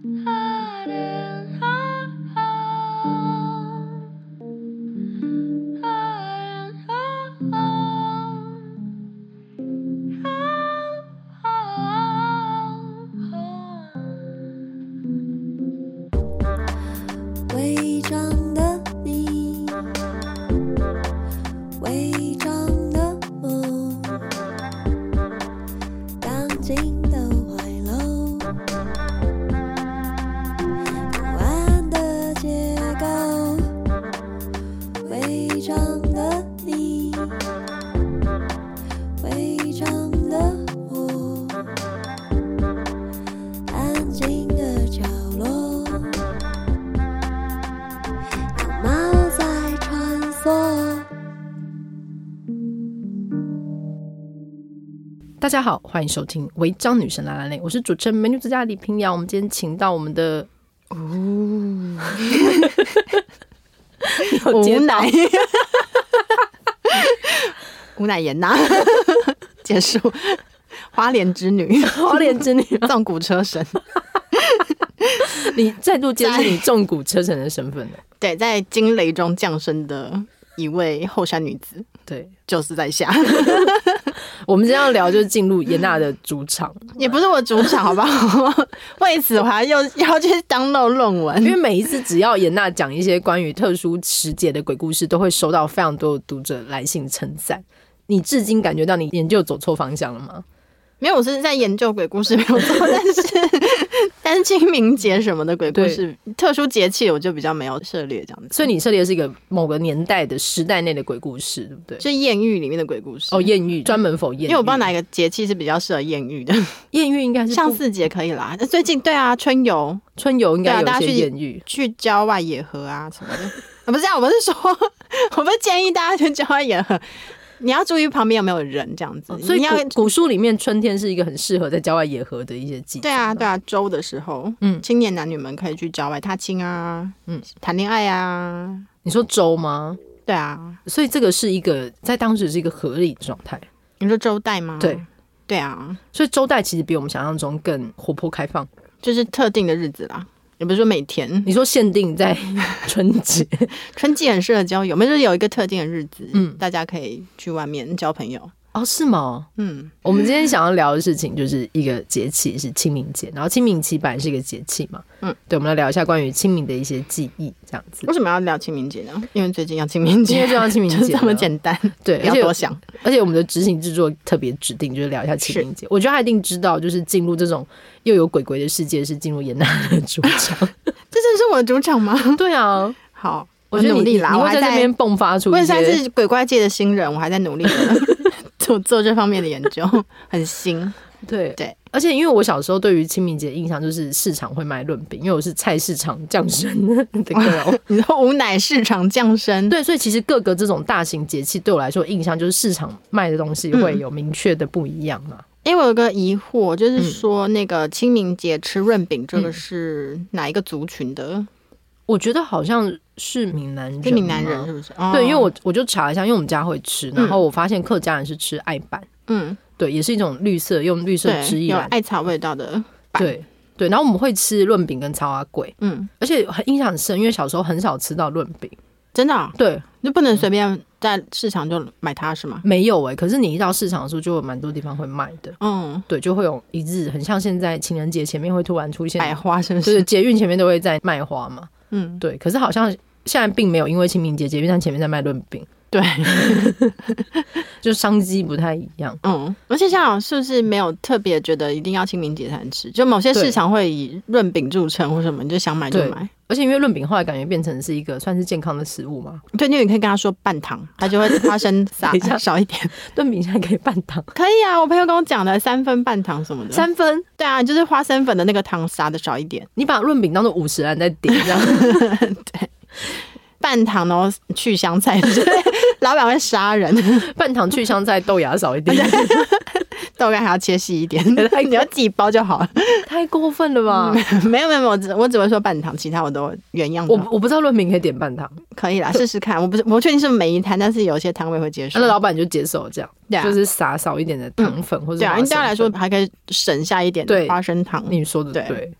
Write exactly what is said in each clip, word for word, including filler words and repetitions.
伪装的你，伪装的我，钢筋的怀楼，不安的结构，伪装的你，伪装的我，安静的角落，有猫在穿梭。 大家好，欢迎收听《违章女神拉拉链》，我是主持人美女作家李平遥。我们今天请到我们的哦， 无奶无奶严娜结束，花莲之女， 花莲之女纵谷车神。 你再度揭示你纵谷车神的身份了。 对，在惊雷中降生的一位后山女子， 对， 就是在下。 我们今天要聊就是进入严娜的主场， 也不是我主场，好不好？为此我还又要去download论文， 因为每一次只要严娜讲一些关于特殊时节的鬼故事，都会收到非常多的读者来信称赞。你至今感觉到你研究走错方向了吗？ 没有，我是在研究鬼故事没有错，但是但是清明节什么的鬼故事，特殊节气我就比较没有涉猎这样子。 所以你涉猎的是一个某个年代的时代内的鬼故事，对不对？ 是艳遇里面的鬼故事。 哦，艳遇专门否艳遇， 因为我不知道哪一个节气是比较适合艳遇的。 艳遇应该是像四节可以啦。最近对啊，春游， 春游应该有一些艳遇， 啊、去, 去郊外野河啊什么的。啊、不是这样，我是说，我不是建议大家去郊外野河。你要注意旁边有没有人这样子，哦、 所以你要古书里面春天是一个很适合在郊外野河的一些季节。 对啊，对啊，周的时候，嗯，青年男女们可以去郊外踏青啊，嗯，谈恋爱啊。 你说周吗？ 对啊， 所以这个是一个在当时是一个合理的状态。 你说周代吗？ 对， 对啊， 所以周代其实比我们想象中更活泼开放， 就是特定的日子啦。也不是说每天， 你说限定在春节， 春季很适合交友，我们就是有一个特定的日子，嗯，大家可以去外面交朋友。 哦，是吗？嗯，我们今天想要聊的事情就是一个节气是清明节，然后清明期本来是一个节气嘛，嗯，对，我们来聊一下关于清明的一些记忆，这样子。 为什么要聊清明节呢？因为最近要清明节， 因为就要清明节， 就是这么简单， 对， 不要多想。 而且我们的执行制作特别指定，就是聊一下清明节。我觉得他一定知道，就是进入这种又有鬼鬼的世界，是进入严娜的主场。 这真是我的主场吗？ 对啊， 好， 我觉得努力啦， 你会在这边迸发出一些。 我也是鬼怪界的新人，我还在努力的做做这方面的研究，很新。 对对， 而且因为我小时候对于清明节的印象就是市场会卖润饼，因为我是菜市场降生的girl。 你说无奶市场降生， 对，所以其实各个这种大型节气对我来说印象就是市场卖的东西会有明确的不一样嘛。 因为我有个疑惑，就是说那个清明节吃润饼，这个是哪一个族群的？嗯、 我觉得好像是闽南人， 是闽南人是不是？哦、 对，因为我我就查一下，因为我们家会吃，然后我发现客家人是吃艾板，嗯，对，也是一种绿色，用绿色汁液有艾草味道的板， 对对。然后我们会吃润饼跟草阿粿，嗯，而且很印象很深，因为小时候很少吃到润饼， 真的、啊， 对， 就不能随便在市场就买它是吗？ 没有哎、欸，可是你一到市场的时候，就有蛮多地方会卖的，嗯，对，就会有一日，很像现在情人节前面会突然出现百花，是不是？ 就是捷运前面都会在卖花嘛，嗯，对。可是好像现在并没有因为清明节捷运站前面在卖润饼， 对， 就商机不太一样， 嗯。而且像是不是没有特别觉得一定要清明节才能吃？就某些市场会以润饼著称或什么，你就想买就买。 而且因为润饼后来感觉变成是一个算是健康的食物嘛， 对，因为你可以跟他说半糖，他就会花生撒少一点。 润饼现在可以半糖？可以啊，我朋友跟我讲的三分半糖什么的。 三分？对啊，就是花生粉的那个糖撒的少一点。 你把润饼当做五十兰在点这样。 对。半糖然后去香菜，老板会杀人。 半糖去香菜，豆芽少一点， 豆干还要切细一点，你要自己包就好了。 太过分了吧？ 嗯、没有没有，我只我只会说半糖，其他我都原样。 我我不知道润饼可以点半糖， 可以啦，试试看。我不是我确定是每一摊，但是有些摊位会接受。 那老板就接受这样，对啊、就是撒少一点的糖粉、嗯、或者对啊，应该来说还可以省下一点花生糖。 你说的 对, 对，是。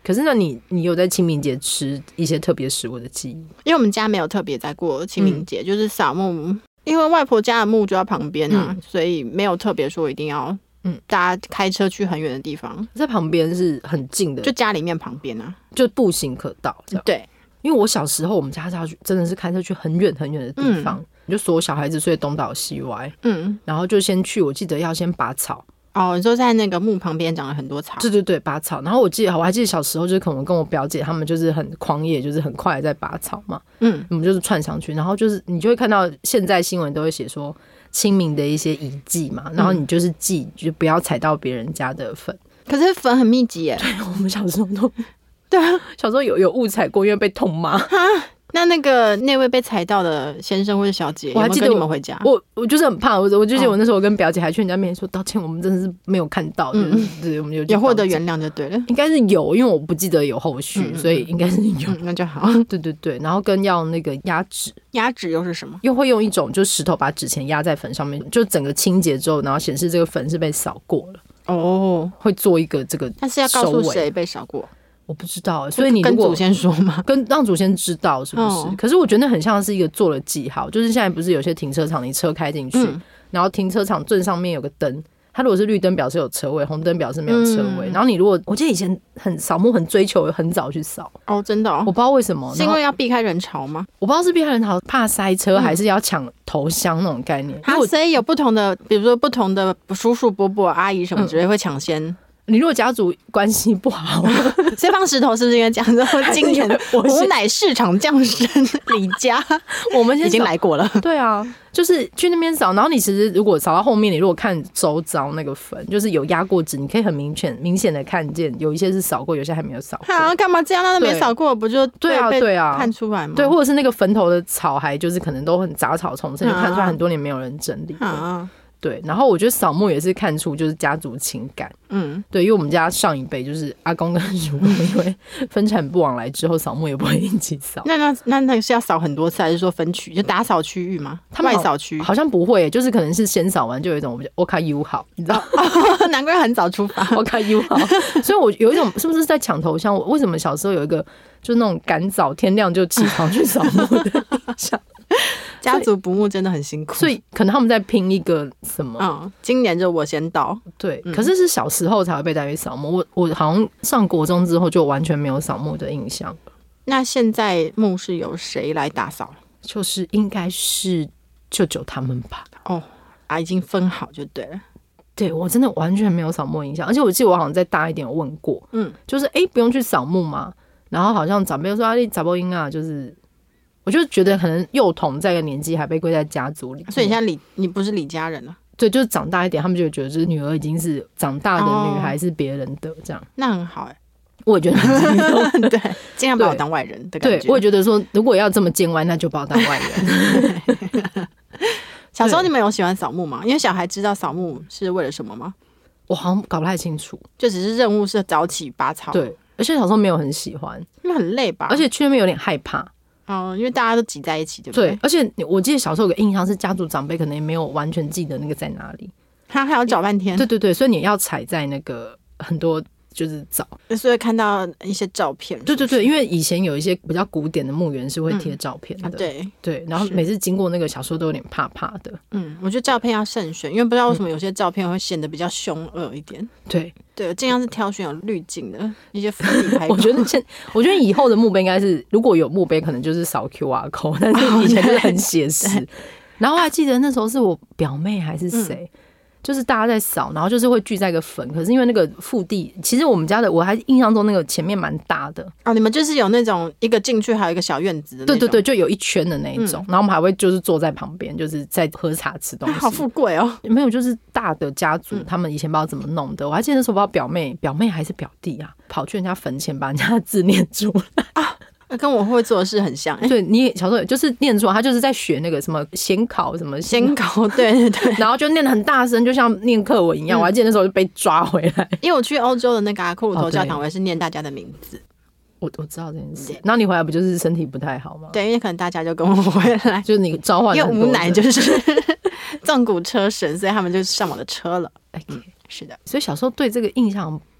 可是呢你你有在清明节吃一些特别食物的记忆？ 因为我们家没有特别在过清明节、嗯、就是扫墓，因为外婆家的墓就在旁边啊、嗯、所以没有特别说一定要嗯，大家开车去很远的地方， 在旁边是很近的， 就家里面旁边啊， 就步行可到这样。 对， 因为我小时候我们家要去真的是开车去很远很远的地方、嗯、就所有小孩子睡东倒西歪，嗯，然后就先去，我记得要先拔草。 哦，你说在那个墓旁边长了很多草？ 对对对，拔草。然后我记得我还记得小时候就是可能跟我表姐他们就是很狂野，就是很快的在拔草嘛，嗯，我们就是窜上去，然后就是你就会看到现在新闻都会写说清明的一些遗迹嘛，然后你就是记、嗯、就不要踩到别人家的坟。 可是坟很密集耶。 对，我们小时候都对啊， 小时候有有误踩过，因为被痛骂。 那那个那位被踩到的先生或者小姐，我还记得有没有跟你们回家？ 我我就是很怕，我我就记得我那时候跟表姐还去人家面前说道歉，我们真的是没有看到，嗯、就是、对，我们有有获得原谅就对了。 应该是有，因为我不记得有后续，嗯、所以应该是有、 嗯，那就好。 对对对，然后跟要那个压纸， 压纸又是什么？ 又会用一种就石头把纸钱压在粉上面，就整个清洁之后，然后显示这个粉是被扫过了。哦，会做一个这个， 但是要告诉谁被扫过？ 我不知道，所以你如果跟祖先说吗？ 跟让祖先知道是不是、哦？可是我觉得那很像是一个做了记号，就是现在不是有些停车场，你车开进去、嗯，然后停车场正上面有个灯，它如果是绿灯表示有车位，红灯表示没有车位、嗯。然后你如果我记得以前很扫墓很追求很早去扫哦，真的、哦， 我不知道为什么， 是因为要避开人潮吗？ 我不知道是避开人潮，怕塞车，还是要抢头香那种概念。 啊、所以有不同的，比如说不同的叔叔伯伯阿姨什么之类会抢先。嗯， 你如果家族关系不好， 所以放石头是不是应该这样子？今年吾乃市场降生李家， 我们已经来过了。 对啊，就是去那边扫，然后你其实如果扫到后面，你如果看周遭那个坟，就是有压过纸，你可以很明显明显的看见，有一些是扫过，有些还没有扫过。 啊，干嘛这样？那没扫过不就对啊对啊看出来吗？ 对，或者是那个坟头的草还就是可能都很杂草丛生，就看出来很多年没有人整理。啊。对，然后我觉得扫墓也是看出就是家族情感，嗯，对，因为我们家上一辈就是阿公跟叔公，因为分产不往来之后，扫墓也不会一起扫。 那那那那是要扫很多次，还是说分区就打扫区域吗？他们外扫区好像不会，就是可能是先扫完就有一种我卡 U 好，你知道？ 难怪很早出发， 我卡 U 好，所以我有一种是不是在抢头香？我为什么小时候有一个就是那种赶早天亮就起床去扫墓的印象？ 家族不墓真的很辛苦， 所以可能他们在拼一个什么？ 嗯，今年就我先到。 对，嗯、可是是小时候才会被带去扫墓。我我好像上国中之后就完全没有扫墓的印象了。 那现在墓是由谁来打扫？ 就是应该是舅舅他们吧。 哦，啊，已经分好就对了。 对，我真的完全没有扫墓印象，而且我记得我好像再大一点有问过，嗯，就是哎、欸、不用去扫墓吗？然后好像长辈说啊，你杂波音啊，就是。我就觉得可能幼童在一个年纪还被归在家族里， 所以你现在李你不是李家人了。 对，就是长大一点，他们就觉得就是女儿已经是长大的女孩，是别人的这样。哦、 那很好哎、欸， 我也觉得很重对，尽量把我当外人的感觉。 对，我也觉得说，如果要这么见外，那就把我当外人。 小时候你们有喜欢扫墓吗？因为小孩知道扫墓是为了什么吗？ 我好像搞不太清楚， 就只是任务是早起拔草。 对，而且小时候没有很喜欢， 因为很累吧， 而且去那边有点害怕。 哦，因为大家都挤在一起，对不对？ 对，而且我记得小时候有个印象是，家族长辈可能也没有完全记得那个在哪里， 他还要找半天。 对对对，所以你要踩在那个很多就是找， 所以看到一些照片是不是。 对对对，因为以前有一些比较古典的墓园是会贴照片的，嗯啊、 对对，然后每次经过那个小时候都有点怕怕的。 嗯，我觉得照片要慎选，因为不知道为什么有些照片会显得比较凶恶一点。 对。 对，尽量是挑选有滤镜的一些福利拍。 我觉得现，我觉得以后的墓碑应该是，如果有墓碑，可能就是扫 Q R code， 但是以前就是很写实。哦、然后我还记得那时候是我表妹还是谁、嗯，就是大家在扫，然后就是会聚在一个坟，可是因为那个腹地，其实我们家的我还印象中那个前面蛮大的哦。你们就是有那种一个进去还有一个小院子的那种， 对对对，就有一圈的那一种、嗯，然后我们还会就是坐在旁边，就是在喝茶吃东西， 好富贵哦。 没有，就是大的家族、嗯，他们以前不知道怎么弄的。我还记得那时候不知道表妹、表妹还是表弟啊，跑去人家坟前把人家的字念出来啊。 跟我会做的事很像、欸， 对，你小时候就是念出来，他就是在学那个什么先考什么先考，对对对， 然后就念得很大声，就像念课文一样、嗯。我还记得那时候就被抓回来， 因为我去欧洲的那个阿库鲁头教堂，我也是念大家的名字。 我我知道这件事，然后你回来不就是身体不太好吗？ 对，因为可能大家就跟我回来， 就是你召唤， 因为无奈就是纵谷车神，所以他们就上我的车了。 Okay. 嗯，是的， 所以小时候对这个印象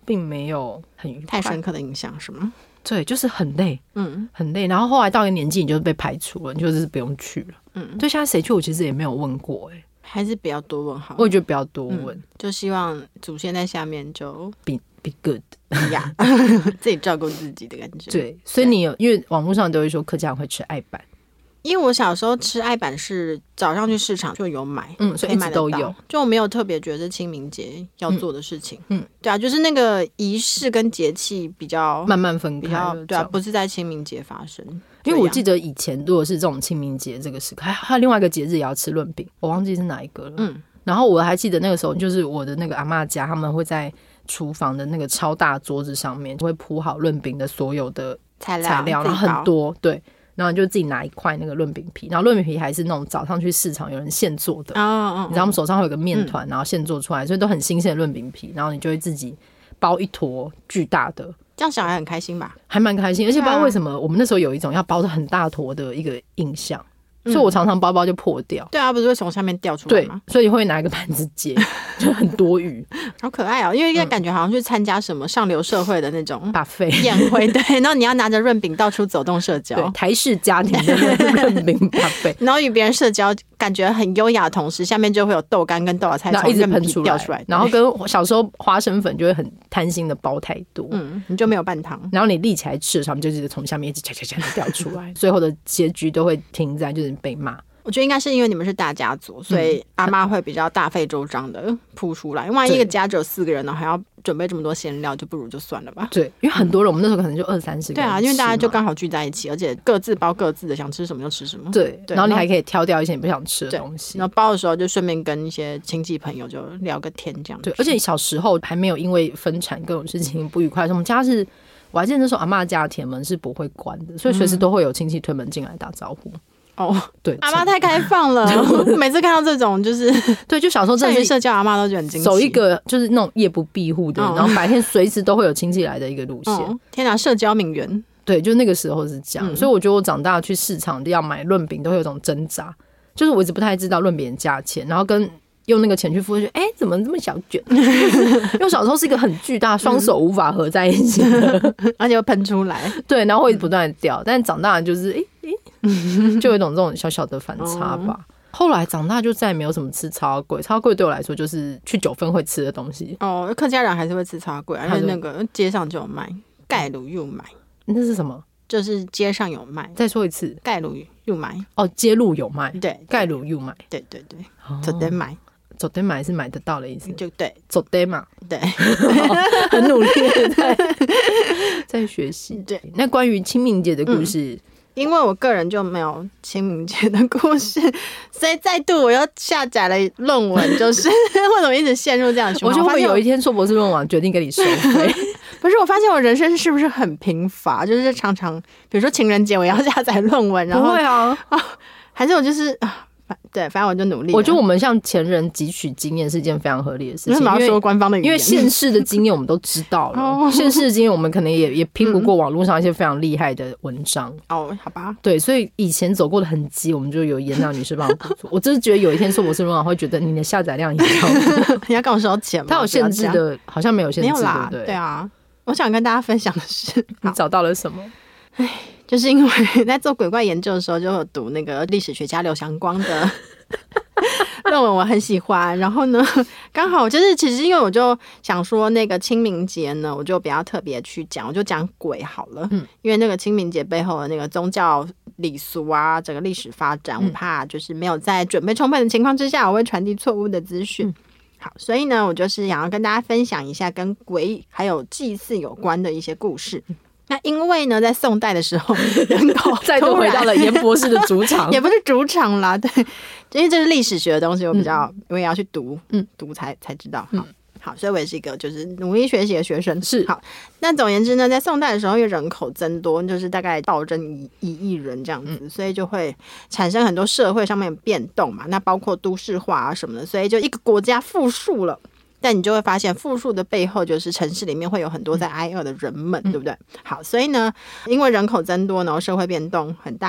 并没有很愉快， 太深刻的印象是吗？ 对，就是很累， 嗯， 很累。然后后来到一个年纪，你就是被排除了，你就是不用去了。嗯，对，现在谁去我其实也没有问过、欸，哎， 还是不要多问好。 我也觉得不要多问，嗯、 就希望祖先在下面就 be be good 呀，自己照顾自己的感觉。 对，所以你有因为网络上都会说客家人会吃艾板。 因为我小时候吃艾板是早上去市场就有买， 嗯，所以一直都有， 就我没有特别觉得清明节要做的事情，嗯，对啊，就是那个仪式跟节气比较慢慢分开了， 对啊，不是在清明节发生。 因为我记得以前如果是这种清明节这个时刻，还还有另外一个节日也要吃润饼，我忘记是哪一个了，嗯，然后我还记得那个时候就是我的那个阿嬷家，他们会在厨房的那个超大桌子上面会铺好润饼的所有的材料，材料然后很多，对。然后你就自己拿一块那个润饼皮，然后润饼皮还是那种早上去市场有人现做的， oh, oh, oh. 你知道我们手上会有个面团、嗯、然后现做出来，所以都很新鲜的润饼皮，然后你就会自己包一坨巨大的， 这样小孩很开心吧？ 还蛮开心，而且不知道为什么我们那时候有一种要包的很大坨的一个印象，所以我常常包包就破掉。 对啊，不是会从下面掉出来吗？ 对，所以会拿一个盘子接，就很多余， 好可爱哦！因为感觉好像去参加什么上流社会的那种 buffet 宴会，对，然后你要拿着润饼到处走动社交， 对，台式家庭的润饼 buffet， 然后与别人社交，感觉很优雅的同时，下面就会有豆干跟豆芽菜从润饼皮掉出来， 然后跟小时候花生粉就会很贪心的包太多， 嗯，你就没有半糖， 然后你立起来吃的时候，就是从下面一直恰恰恰掉出来，最后的结局都会停在就是被骂。 我觉得应该是因为你们是大家族，所以阿嬷会比较大费周章的铺出来。万一一个家只有四个人，然后还要准备这么多馅料，就不如就算了吧。 对，因为很多人，我们那时候可能就二三十个人。对啊，因为大家就刚好聚在一起，而且各自包各自的，想吃什么就吃什么。 对，对然后你还可以挑掉一些你不想吃的东西。 然后包的时候就顺便跟一些亲戚朋友就聊个天这样。 对，而且小时候还没有因为分产各种事情不愉快，我们家是。我还记得那时候阿嬷家的铁门是不会关的，所以随时都会有亲戚推门进来打招呼。哦，对， 阿嬷太开放了，每次看到这种就是对，就小时候真的是社交阿嬷都觉得很惊喜， 走一个就是那种夜不闭户的，嗯、然后白天随时都会有亲戚来的一个路线。嗯、 天哪，社交名媛。 对，就那个时候是这样，嗯、所以我觉得我长大去市场要买润饼都会有种挣扎，就是我一直不太知道润饼的价钱，然后跟。用那个钱去付，就哎、欸，怎么这么小卷？因为小时候是一个很巨大，双手无法合在一起的， 而且会喷出来。 对，然后会不断的掉，但长大就是哎哎、欸欸，就有一种这种小小的反差吧。哦、后来长大就再也没有什么吃超贵，超贵对我来说就是去九份会吃的东西。 哦，客家人还是会吃超贵，因为那个街上就有卖，盖卤又买。 那是什么？ 就是街上有卖。 再说一次， 盖卤又买。 哦，街路有卖。 对， 盖卤又买。 对对对，走得买。 走得买是买得到的意思， 就对， 走得嘛， 对， 很努力的在在学习。 对， 那关于清明节的故事、嗯， 因为我个人就没有清明节的故事，所以再度我又下载了论文，就是为什么一直陷入这样的循环？ 我就会有一天硕博士论文决定给你收费。 不是，我发现我人生是不是很贫乏？就是常常，比如说情人节我要下载论文，然后不会啊， 啊还是我就是啊。对，反正我就努力。 我觉得我们向前人汲取经验是一件非常合理的事情。 为什么要说官方的语言？ 因为现世的经验我们都知道了，现世的经验我们可能也也拼不过网络上一些非常厉害的文章。 哦，好吧。 对，所以以前走过的痕迹，我们就有严娜女士帮我补足。我真是觉得有一天硕博士论文会觉得你的下载量一样， 你要跟我收钱吗？ 它有限制的，好像没有限制， 没有啦。 对不对？ 对啊，我想跟大家分享的是， 你找到了什么？ 唉，就是因为在做鬼怪研究的时候，就有读那个历史学家刘祥光的。论文我很喜欢，然后呢，刚好就是其实因为我就想说那个清明节呢，我就比较特别去讲，我就讲鬼好了，嗯，因为那个清明节背后的那个宗教礼俗啊，整个历史发展，我怕就是没有在准备充分的情况之下，我会传递错误的资讯。嗯好，所以呢，我就是想要跟大家分享一下跟鬼还有祭祀有关的一些故事。那因为呢，在宋代的时候，人口再度回到了严博士的主场， 也不是主场啦，对，因为这是历史学的东西，我比较、嗯、我也要去读，嗯，读才才知道。好，嗯、好，所以我也是一个就是努力学习的学生。 是好，那总而言之呢，在宋代的时候，因为人口增多，就是大概暴增一一亿人这样子、嗯，所以就会产生很多社会上面的变动嘛。那包括都市化啊什么的，所以就一个国家富庶了。但你就会发现富庶的背后就是城市里面会有很多在挨饿的人们、嗯、对不对？好，所以呢因为人口增多然后社会变动很大，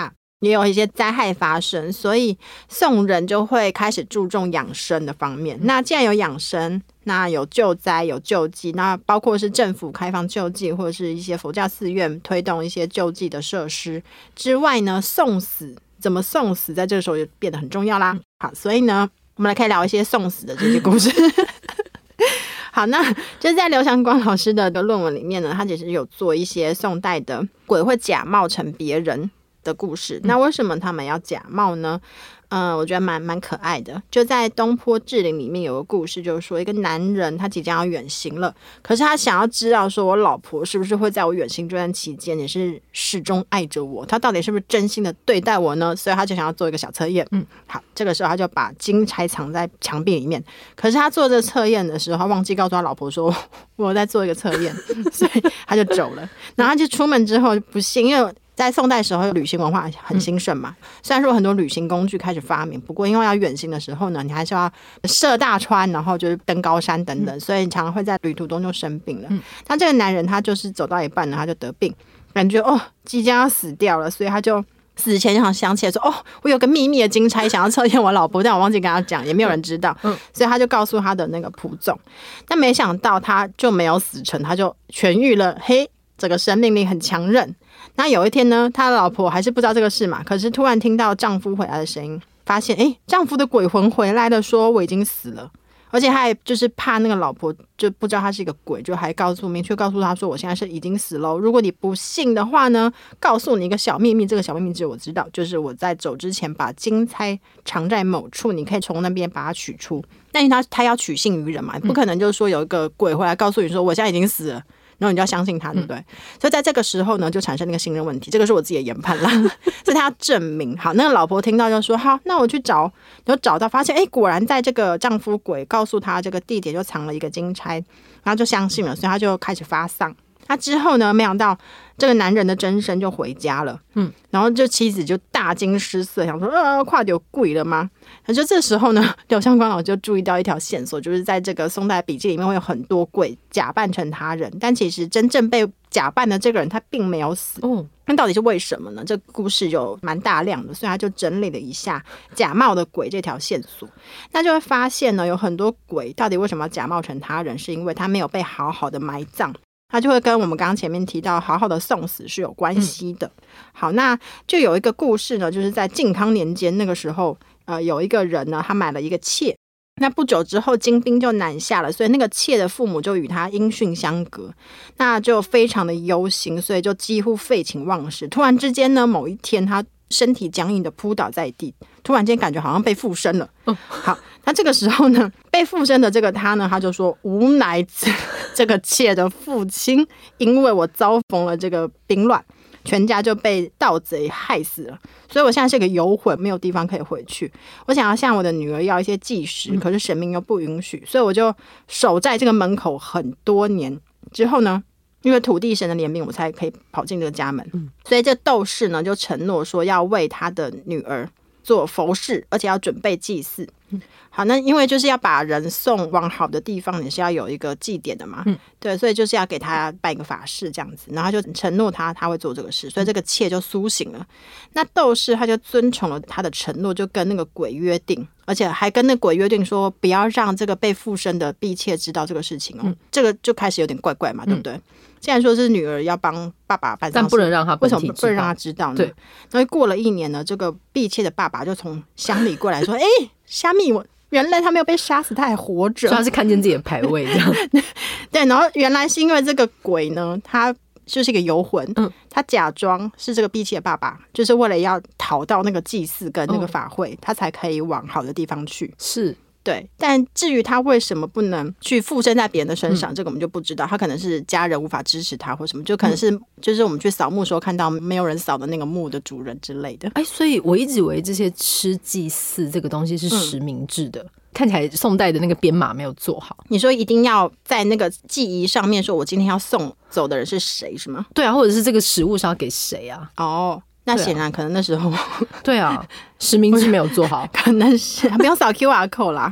也有一些灾害发生，所以宋人就会开始注重养生的方面。那既然有养生，那有救灾有救济，那包括是政府开放救济，或者是一些佛教寺院推动一些救济的设施之外呢，送死怎么送死在这个时候就变得很重要啦。好，所以呢我们来可以聊一些送死的这些故事好，那就是在刘祥光老师的论文里面呢，他其实有做一些宋代的鬼会假冒成别人的故事。那为什么他们要假冒呢？嗯，我觉得蛮蛮可爱的。就在东坡志林里面有个故事，就是说一个男人他即将要远行了，可是他想要知道说我老婆是不是会在我远行这段期间也是始终爱着我，他到底是不是真心的对待我呢？所以他就想要做一个小测验。嗯，好，这个时候他就把金钗藏在墙壁里面。可是他做这个测验的时候，他忘记告诉他老婆说我在做一个测验，所以他就走了。然后他就出门之后不幸，因为在宋代时候旅行文化很兴盛嘛，虽然说很多旅行工具开始发明，不过因为要远行的时候呢，你还是要涉大川，然后就是登高山等等，所以你常常会在旅途中就生病了。那这个男人他就是走到一半呢，他就得病，感觉哦即将要死掉了，所以他就死前想想起来说，哦我有个秘密的金钗想要测验我老婆，但我忘记跟他讲，也没有人知道，所以他就告诉他的那个仆总，但没想到他就没有死成，他就痊愈了。嘿，这个生命力很强韧。那有一天呢，他的老婆还是不知道这个事嘛，可是突然听到丈夫回来的声音，发现诶丈夫的鬼魂回来了，说我已经死了，而且他还就是怕那个老婆就不知道他是一个鬼，就还告诉明确告诉他说我现在是已经死了，如果你不信的话呢，告诉你一个小秘密，这个小秘密只有我知道，就是我在走之前把金钗藏在某处，你可以从那边把它取出。那因为他他要取信于人嘛，不可能就是说有一个鬼回来告诉你说我现在已经死了，然后你就要相信他，对不对？嗯、所以在这个时候呢，就产生那个信任问题，这个是我自己的研判啦。所以他要证明。好，那个老婆听到就说好，那我去找，就找到发现，哎，果然在这个丈夫鬼告诉他这个地点就藏了一个金钗，然后就相信了，所以他就开始发丧。他之后呢，没想到这个男人的真身就回家了，嗯，然后就妻子就大惊失色，想说呃，跨有鬼了吗？那就这时候呢，刘向光老师就注意到一条线索，就是在这个宋代笔记里面会有很多鬼假扮成他人，但其实真正被假扮的这个人他并没有死。哦，那到底是为什么呢？这个故事有蛮大量的，所以他就整理了一下假冒的鬼这条线索。那就会发现呢，有很多鬼到底为什么要假冒成他人，是因为他没有被好好的埋葬。它就会跟我们刚刚前面提到好好的送死是有关系的。嗯、好，那就有一个故事呢，就是在靖康年间那个时候，呃，有一个人呢，他买了一个妾。那不久之后金兵就南下了，所以那个妾的父母就与他音讯相隔，那就非常的忧心，所以就几乎废寝忘食。突然之间呢，某一天他身体僵硬的扑倒在地，突然间感觉好像被附身了。嗯、好，那这个时候呢，被附身的这个他呢，他就说无乃这个妾的父亲，因为我遭逢了这个兵乱，全家就被盗贼害死了，所以我现在是个游魂，没有地方可以回去。我想要向我的女儿要一些祭食，可是神明又不允许，所以我就守在这个门口很多年。之后呢，因为土地神的怜悯，我才可以跑进这个家门。所以这斗士呢，就承诺说要为他的女儿做佛事，而且要准备祭祀。好，那因为就是要把人送往好的地方，你是要有一个祭典的嘛，嗯、对，所以就是要给他办一个法事这样子，然后他就承诺他他会做这个事，所以这个妾就苏醒了。那斗士他就遵从了他的承诺，就跟那个鬼约定，而且还跟那鬼约定说不要让这个被附身的婢妾知道这个事情哦，嗯、这个就开始有点怪怪嘛，对不对？嗯、既然说是女儿要帮爸爸办丧事， 但不能让他为什么不能让他知道呢？对，然后过了一年呢，这个婢妾的爸爸就从乡里过来说：“哎，虾米我。”原来他没有被杀死，他还活着， 所以他是看见自己的牌位这样。 对，然后原来是因为这个鬼呢，他就是一个游魂，嗯，他假装是这个婢妾的爸爸，就是为了要逃到那个祭祀跟那个法会，哦、他才可以往好的地方去。 是。 对，但至于他为什么不能去附身在别人的身上，嗯、这个我们就不知道。他可能是家人无法支持他，或什么，就可能是、嗯、就是我们去扫墓的时候看到没有人扫的那个墓的主人之类的。 哎，所以我一直以为这些吃祭祀这个东西是实名制的，嗯、看起来宋代的那个编码没有做好。 你说一定要在那个祭仪上面说，我今天要送走的人是谁，是吗？ 对啊，或者是这个食物是要给谁啊？ 哦。那显然可能那时候对啊，实名制没有做好， 可能是不用扫 Q R code 啦。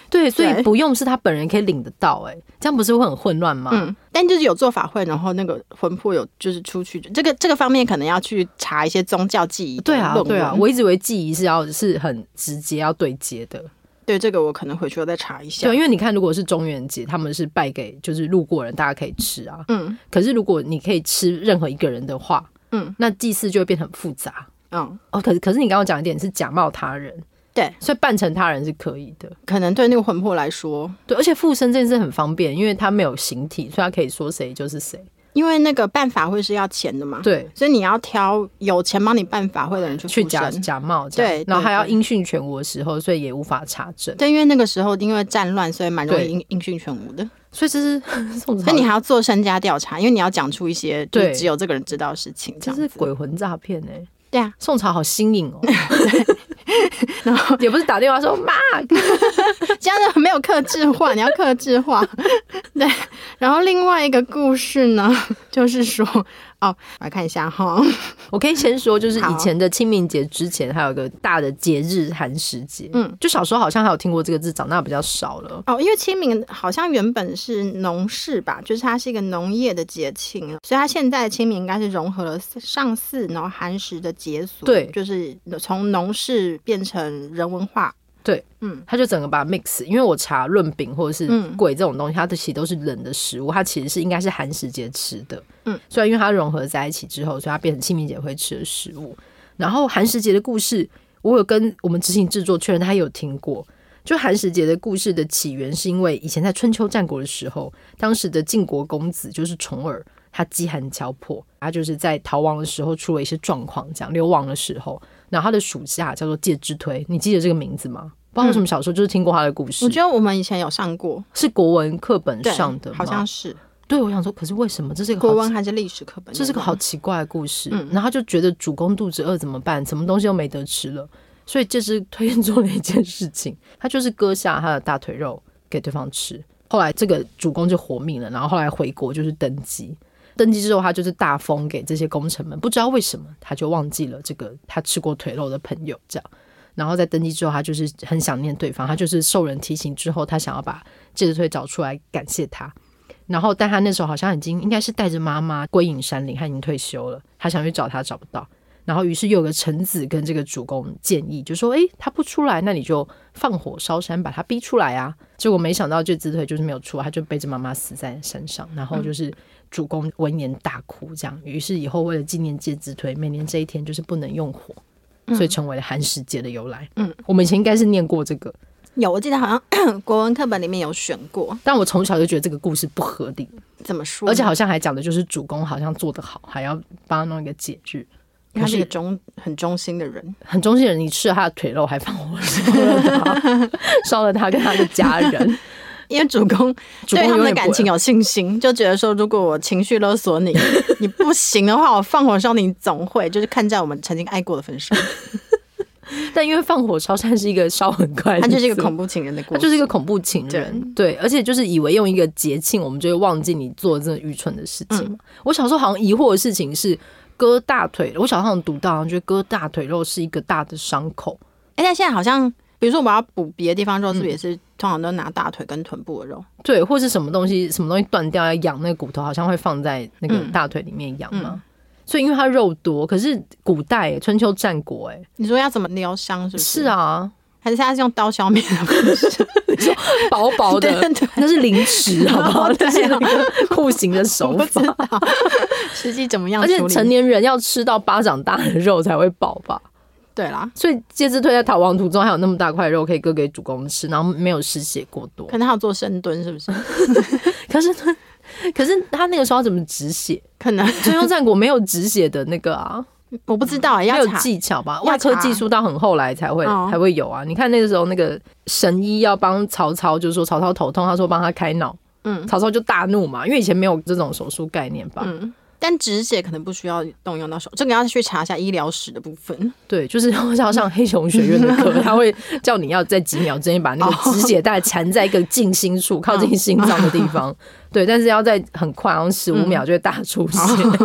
对，所以不用是他本人可以领得到、欸，哎，这样不是会很混乱吗？ 嗯，但就是有做法会，然后那个魂魄有就是出去，这个这个方面可能要去查一些宗教记忆。 对啊，对啊，我一直以为记忆是要是很直接要对接的。 对，这个我可能回去再查一下。 对，因为你看，如果是中元节，他们是拜给就是路过人，大家可以吃啊。嗯，可是如果你可以吃任何一个人的话，嗯，那祭祀就会变得很复杂。嗯，哦，可是可是你刚刚讲一点是假冒他人。 对， 所以扮成他人是可以的， 可能对那个魂魄来说， 对，而且附身这件事很方便，因为他没有形体，所以他可以说谁就是谁。 因为那个办法会是要钱的嘛， 对， 所以你要挑有钱帮你办法会的人去去假假冒， 对， 然后还要音讯全无的时候，所以也无法查证。 对，因为那个时候因为战乱，所以蛮容易音音讯全无的。 所以这是宋朝， 所以你还要做身家调查，因为你要讲出一些就只有这个人知道的事情， 这是鬼魂诈骗哎。 对啊， 宋朝好新颖哦。然后也不是打电话说妈， 这样子没有客制化，你要客制化。对，然后另外一个故事呢，就是说，哦，我来看一下哈。 我可以先说，就是以前的清明节之前，还有一个大的节日寒食节。嗯，就小时候好像还有听过这个字，长大比较少了。 哦，因为清明好像原本是农事吧，就是它是一个农业的节庆，所以它现在的清明应该是融合了上巳，然后寒食的节俗，对，就是从农事变成人文化。 对，嗯，他就整个把 mix， 因为我查润饼或者是粿这种东西，它的其实都是冷的食物，它其实是应该是寒食节吃的，嗯，所以因为它融合在一起之后，所以它变成清明节会吃的食物。然后寒食节的故事，我有跟我们执行制作确认，他有听过。就寒食节的故事的起源，是因为以前在春秋战国的时候，当时的晋国公子就是重耳，他饥寒交迫，他就是在逃亡的时候出了一些状况，这样流亡的时候，然后他的属下叫做介之推，你记得这个名字吗？不知道为什么小时候就是听过他的故事。 我觉得我们以前有上过， 是国文课本上的吗？ 好像是。 对，我想说，可是为什么这是一个国文还是历史课本？ 这是个好奇怪的故事。嗯，然后他就觉得主公肚子饿怎么办？什么东西都没得吃了，所以这是推荐做了一件事情，他就是割下他的大腿肉给对方吃。后来这个主公就活命了，然后后来回国就是登基。登基之后，他就是大封给这些功臣们，不知道为什么他就忘记了这个他吃过腿肉的朋友，这样。然后在登基之后，他就是很想念对方，他就是受人提醒之后，他想要把介之推找出来感谢他。然后但他那时候好像已经应该是带着妈妈归隐山林，他已经退休了，他想去找他找不到，然后于是又有个臣子跟这个主公建议，就说诶他不出来，那你就放火烧山把他逼出来啊。结果没想到介之推就是没有出来，他就背着妈妈死在山上，然后就是主公闻言大哭这样。于是以后为了纪念介之推，每年这一天就是不能用火，所以成为了寒食节的由来。嗯，我们以前应该是念过这个， 有，我记得好像国文课本里面有选过， 但我从小就觉得这个故事不合理。 怎么说？ 而且好像还讲的就是主公好像做得好，还要帮他弄一个节日。 他是一个忠很忠心的人， 很忠心的人，你吃了他的腿肉，还放火烧了他，烧了他跟他的家人。 因为主公对他们的感情有信心，就觉得说，如果我情绪勒索你，你不行的话，我放火烧你总会，就是看在我们曾经爱过的份上。 但因为放火烧山是一个烧很快的， 他就是一个恐怖情人的故事， 他就是一个恐怖情人。对，而且就是以为用一个节庆，我们就会忘记你做这个愚蠢的事情嘛。嗯、我小时候好像疑惑的事情是割大腿，我小时候好像读到，好像觉得割大腿肉是一个大的伤口。 哎、欸，但现在好像，比如说我们要补别的地方肉，是不是也是、嗯、通常都拿大腿跟臀部的肉？对， 或是什么东西，什么东西断掉要养那个骨头，好像会放在那个大腿里面养嘛。嗯嗯，所以因为它肉多，可是古代、欸、春秋战国、欸、 你说要怎么疗伤是不是？ 是啊， 还是他是用刀削面的方式？ 你说薄薄的，对对，那是凌迟，好不好？那是那个酷刑的手法。 实际怎么样处理？ 而且成年人要吃到巴掌大的肉才会饱吧？ 对啦， 所以介之推在逃亡途中还有那么大块肉可以割给主公吃，然后没有失血过多， 可能他有做深蹲，是不是？ 可是他。可是他那个时候要怎么止血？ 可能春秋战国没有止血的那个啊， 我不知道、欸，要没有技巧吧？外科技术到很后来才会、哦、才会有啊。你看那个时候那个神医要帮曹操，就是说曹操头痛，他说帮他开脑，嗯，曹操就大怒嘛，因为以前没有这种手术概念吧。嗯， 但止血可能不需要动用到手，这个要去查一下医疗史的部分。 对，就是要上黑熊学院的课，他会叫你要在几秒之内把那个止血带缠在一个近心处、靠近心脏的地方。对，但是要在很快，好像十五秒就会大出血。嗯、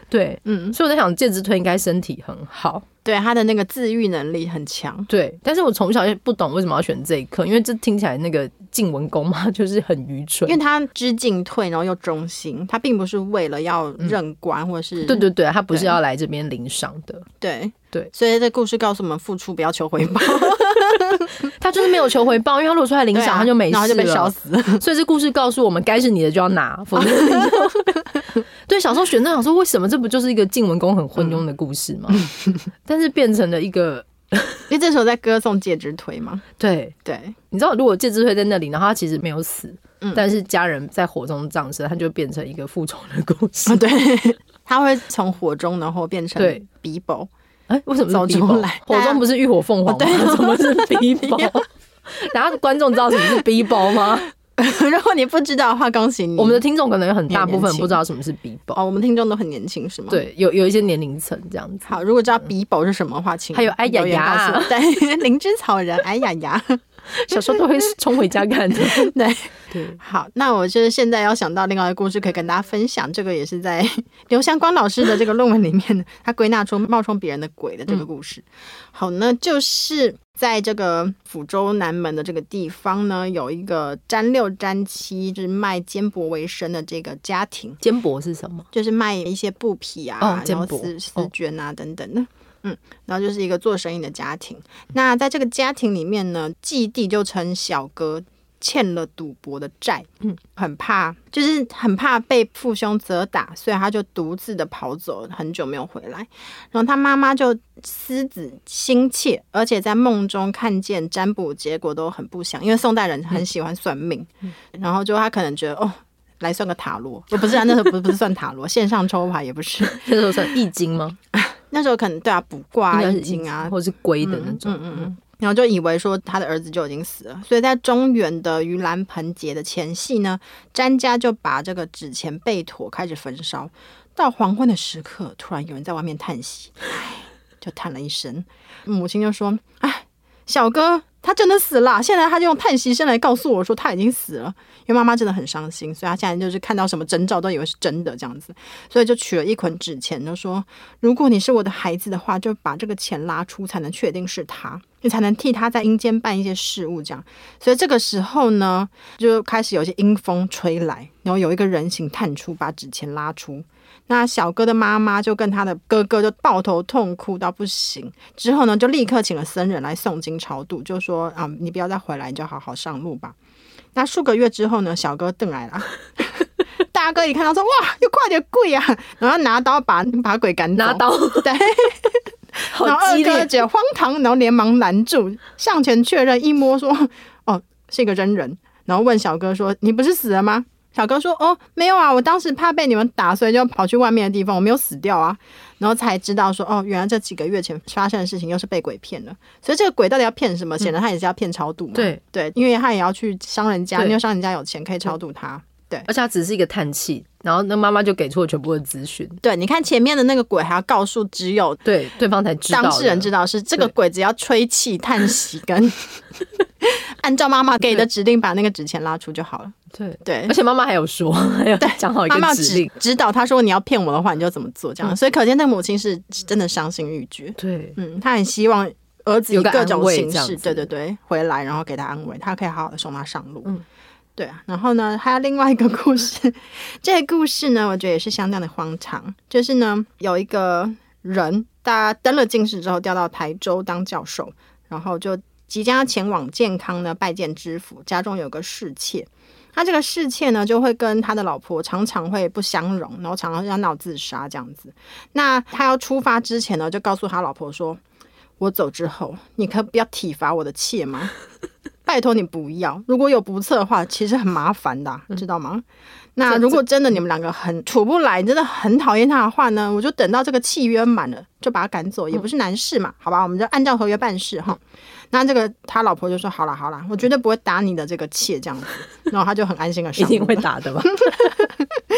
对， 嗯， 所以我在想介之推应该身体很好， 对，他的那个自愈能力很强。 对，但是我从小也不懂为什么要选这一科，因为这听起来那个晋文公嘛，就是很愚蠢。 因为他知进退，然后又忠心，他并不是为了要任官、嗯、或是对对对，他不是要来这边领赏的。 对对， 所以这故事告诉我们，付出不要求回报。 他就是没有求回报，因为他如果出来领赏、啊，他就没事了， 然后就被烧死了。 所以这故事告诉我们，该是你的就要拿，否则你就对。小时候选这想说，为什么这不就是一个晋文公很昏庸的故事吗？嗯、但是变成了一个。 因为这时候在歌颂介之推嘛， 对对， 你知道如果介之推在那里，然后他其实没有死， 嗯、 但是家人在火中葬身，他就变成一个复仇的故事。 啊、对，他会从火中然后变成比宝， 哎，为什么走出来？ 火中不是浴火凤凰吗？对，怎么是比宝？然后观众知道什么是比宝吗？ 如果你不知道的话，恭喜你。 我们的听众可能有很大部分不知道什么是比宝哦，我们听众都很年轻，是吗？ 对，有有一些年龄层这样子。 好，如果知道比宝是什么的话，请还有哎呀呀， 对，灵芝草人，哎呀呀， 小时候都会冲回家看的。 对对， 好，那我就是现在要想到另外一个故事可以跟大家分享，这个也是在刘湘光老师的这个论文里面，他归纳出冒充别人的鬼的这个故事。嗯、好，那就是在这个抚州南门的这个地方呢，有一个詹六詹七，就是卖肩帛为生的这个家庭。 肩帛是什么？ 就是卖一些布匹啊， 哦、 然后丝丝绢啊、哦、等等的。嗯，然后就是一个做生意的家庭。那在这个家庭里面呢，继弟就称小哥欠了赌博的债，嗯，很怕，就是很怕被父兄责打，所以他就独自的跑走，很久没有回来。然后他妈妈就思子心切，而且在梦中看见占卜结果都很不祥，因为宋代人很喜欢算命，嗯、然后就他可能觉得哦。来算个塔罗，不是啊，那时候不是不是算塔罗，线上抽牌也不是， 那时候算易经吗？ 那时候可能对啊，卜卦、易经啊， 或者是龟的那种， 嗯嗯嗯，然后就以为说他的儿子就已经死了，所以在中原的盂兰盆节的前夕呢，詹家就把这个纸钱备妥，开始焚烧。到黄昏的时刻，突然有人在外面叹息，唉，就叹了一声。母亲就说：“唉，小哥。”他真的死了，现在他就用叹息声来告诉我说他已经死了，因为妈妈真的很伤心，所以他现在就是看到什么征兆都以为是真的这样子，所以就取了一捆纸钱，就说如果你是我的孩子的话，就把这个钱拉出，才能确定是他，你才能替他在阴间办一些事务这样。所以这个时候呢，就开始有些阴风吹来，然后有一个人形探出，把纸钱拉出。那小哥的妈妈就跟他的哥哥就抱头痛哭到不行，之后呢就立刻请了僧人来诵经超度，就说啊，你不要再回来，你就好好上路吧。那数个月之后呢，小哥邓来了，大哥一看到说哇，又快点跪啊，然后拿刀把把鬼赶走，拿刀对， 然后二哥姐荒唐，然后连忙拦住，上前确认，一摸说哦是一个真人，然后问小哥说你不是死了吗？小哥说哦没有啊，我当时怕被你们打，所以就跑去外面的地方，我没有死掉啊。然后才知道说哦，原来这几个月前发生的事情又是被鬼骗了。所以这个鬼到底要骗什么？显然他也是要骗超度嘛。对对，因为他也要去商人家，因为商人家有钱可以超度他。对， 而且他只是一个叹气，然后那妈妈就给出了全部的资讯。 对，你看前面的那个鬼还要告诉只有对对方才知道， 当事人知道是这个鬼，只要吹气、叹息跟按照妈妈给的指令把那个纸钱拉出就好了。 对对， 而且妈妈还有说，还有讲好一个指令， 指导他说你要骗我的话，你就怎么做这样。嗯、所以可见那个母亲是真的伤心欲绝。 对， 嗯，他很希望儿子以各种形式， 对对对，回来然后给他安慰，他可以好好的送他上路。嗯。对啊，然后呢，还有另外一个故事，这个故事呢，我觉得也是相当的荒唐。就是呢，有一个人，他登了进士之后，调到台州当教授，然后就即将前往健康呢拜见知府，家中有个侍妾。他这个侍妾呢，就会跟他的老婆常常会不相容，然后常常要闹自杀这样子。那他要出发之前呢，就告诉他老婆说：“我走之后，你可不要体罚我的妾吗？”拜托你不要，如果有不测的话，其实很麻烦的、啊，知道吗？那如果真的你们两个很处不来，真的很讨厌他的话呢，我就等到这个契约满了，就把他赶走，也不是难事嘛，好吧？我们就按照合约办事哈。那这个他老婆就说：“好啦好啦，我绝对不会打你的这个妾这样子。”然后他就很安心的上路， 一定会打的吧？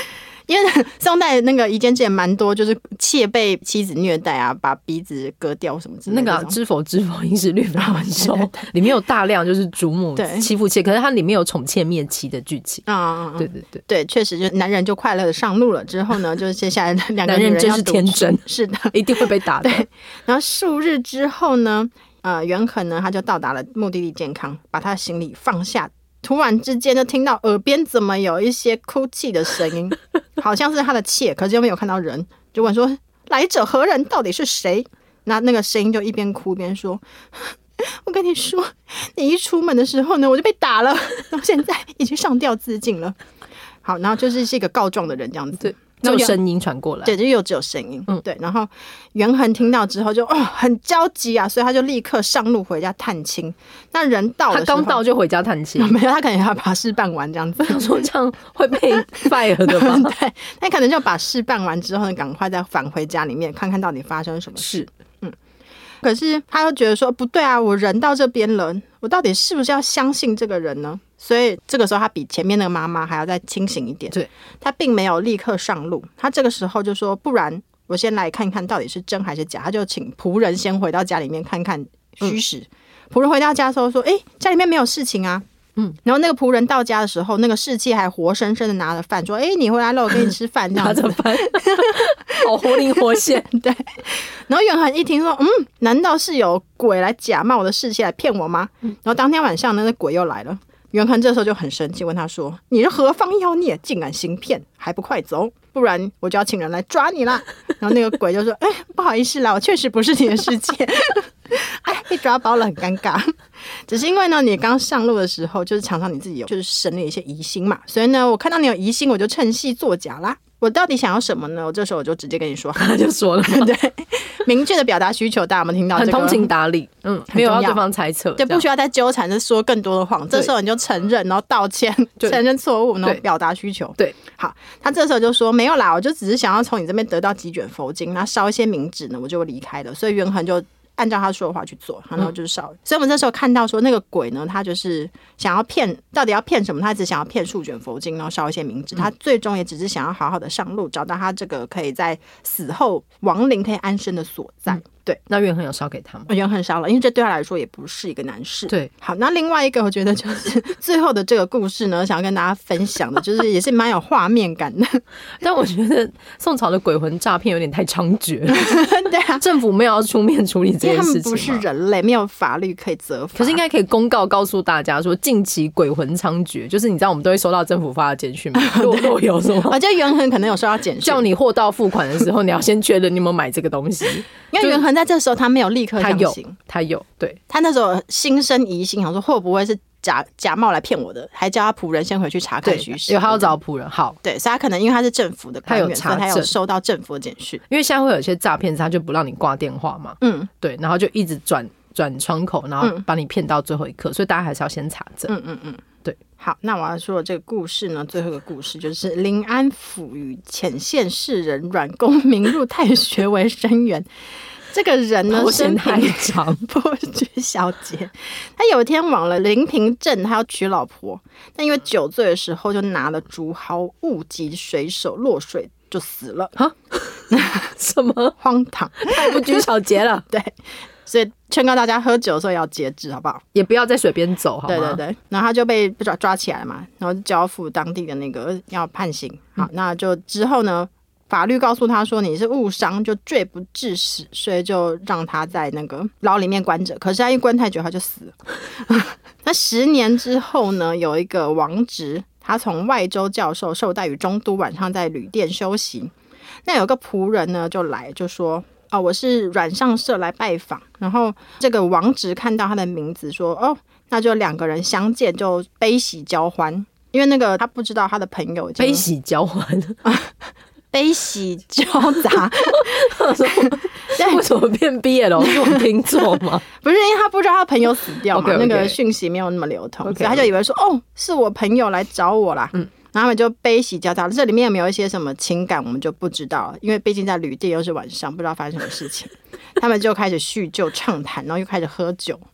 因为宋代那个夷坚之前蛮多，就是妾被妻子虐待啊，把鼻子割掉什么之类的。 那个、啊、知否知否，应是绿肥还收，里面有大量就是主母欺负妾，可是它里面有宠妾灭妻的剧情啊。对对对对，确实，就男人就快乐的上路了。之后呢，就是接下来两个男人真是天真， 是的， 一定会被打的。 对，然后数日之后呢，呃，袁衡呢他就到达了目的地健康，把他的行李放下。突然之间就听到耳边怎么有一些哭泣的声音，好像是他的妾，可是又没有看到人，就问说来者何人，到底是谁？那那个声音就一边哭一边说，我跟你说，你一出门的时候呢我就被打了，然后现在已经上吊自尽了。好，然后就是是一个告状的人这样子。 对，就声音传过来， 对，就又只有声音。嗯，对。然后袁衡听到之后就哦很焦急啊，所以他就立刻上路回家探亲。那人到的时候， 他刚到就回家探亲， 没有，他可能要把事办完这样子。 他说这样会被 fire 的吗？ 对，他可能就把事办完之后呢，赶快再返回家里面看看到底发生什么事。嗯，可是他又觉得说不对啊，我人到这边了，我到底是不是要相信这个人呢？所以这个时候他比前面那个妈妈还要再清醒一点。对，他并没有立刻上路，他这个时候就说不然我先来看看到底是真还是假。他就请仆人先回到家里面看看虚实。嗯、仆人回到家的时候说哎、欸，家里面没有事情啊。嗯，然后那个仆人到家的时候，那个侍妾还活生生的拿着饭说哎、欸，你回来了，我给你吃饭。这样子拿着饭好活灵活现。 对，然后袁衡一听说嗯，难道是有鬼来假冒我的侍妾来骗我吗？然后当天晚上呢，那鬼又来了。袁衡这时候就很生气，问他说你是何方妖孽，竟敢行骗，还不快走，不然我就要请人来抓你啦。然后那个鬼就说哎，不好意思啦，我确实不是你的侍妾。哎，被抓包了很尴尬。只是因为呢你刚上路的时候就是常常你自己有就是生了一些疑心嘛，所以呢我看到你有疑心，我就趁隙作假啦。我到底想要什么呢？我这时候我就直接跟你说， 他就说了对，明确的表达需求，大家有没有听到、这个？ 很通情达理，嗯，没有让对方猜测， 就不需要再纠缠着说更多的谎。这时候你就承认，然后道歉，承认错误，然后表达需求。对，好，他这时候就说没有啦，我就只是想要从你这边得到几卷佛经，然后烧一些冥纸呢，我就离开了。所以袁衡就按照他说的话去做，然后就是烧、嗯、所以我们这时候看到说那个鬼呢，他就是想要骗，到底要骗什么？他只想要骗数卷佛经，然后烧一些冥纸、嗯、他最终也只是想要好好的上路，找到他这个可以在死后亡灵可以安身的所在、嗯、对。 那袁衡有烧给他吗？ 袁衡烧了，因为这对他来说也不是一个难事。 对， 好，那另外一个我觉得就是最后的这个故事呢，想要跟大家分享的就是也是蛮有画面感的。 但我觉得宋朝的鬼魂诈骗有点太猖獗了。 对啊， 政府没有要出面处理这件事情， 他们不是人类，没有法律可以责罚。 可是应该可以公告告诉大家说，近期鬼魂猖獗，就是你知道我们都会收到政府发的简讯吗？若若有什么， 我觉得袁衡可能有收到简讯， 叫你货到付款的时候，你要先确认你有没有买这个东西。 因为袁衡在这时候他没有立刻相信， 他有，他有，对， 他那时候心生疑心，想说会不会是假假冒来骗我的，还叫他仆人先回去查看虚实。 有，他要找仆人，好， 对，所以他可能因为他是政府的官员， 他有查证， 所以他有收到政府的简讯。 因为现在会有一些诈骗，他就不让你挂电话嘛，嗯，对，然后就一直转转窗口，然后把你骗到最后一刻，所以大家还是要先查证。嗯嗯嗯，对。 好，那我要说的这个故事呢，最后一个故事就是临安府与浅县士人阮公明入太学为生源。这个人呢， 生太长， 不拘小节。他有一天往了临平镇，他要娶老婆，但因为酒醉的时候就拿了竹蒿误击水手，落水就死了。啊？ 什么荒唐？ 太不拘小节了。 对，所以劝告大家喝酒的时候要节制，好不好？ 也不要在水边走，好吗？ 对对对。然后他就被抓抓起来了嘛，然后就交付当地的那个要判刑。好，嗯、那就之后呢？法律告诉他说你是误伤，就罪不致死，所以就让他在那个牢里面关着。可是他一关太久他就死了。那十年之后呢，有一个王直，他从外州教授受带于中都，晚上在旅店休息。那有个仆人呢就来就说哦，我是阮上社来拜访。然后这个王直看到他的名字说哦，那就两个人相见就悲喜交欢，因为那个他不知道他的朋友悲喜交欢。 悲喜交杂。 为什么变 B L 是我听错吗？ 不是，因为他不知道他朋友死掉嘛， okay, okay. 那个讯息没有那么流通， okay, okay. 所以他就以为说哦，是我朋友来找我啦。嗯，然后他们就悲喜交杂。这里面有没有一些什么情感，我们就不知道了，因为毕竟在旅店又是晚上，不知道发生什么事情。他们就开始叙旧畅谈，然后又开始喝酒。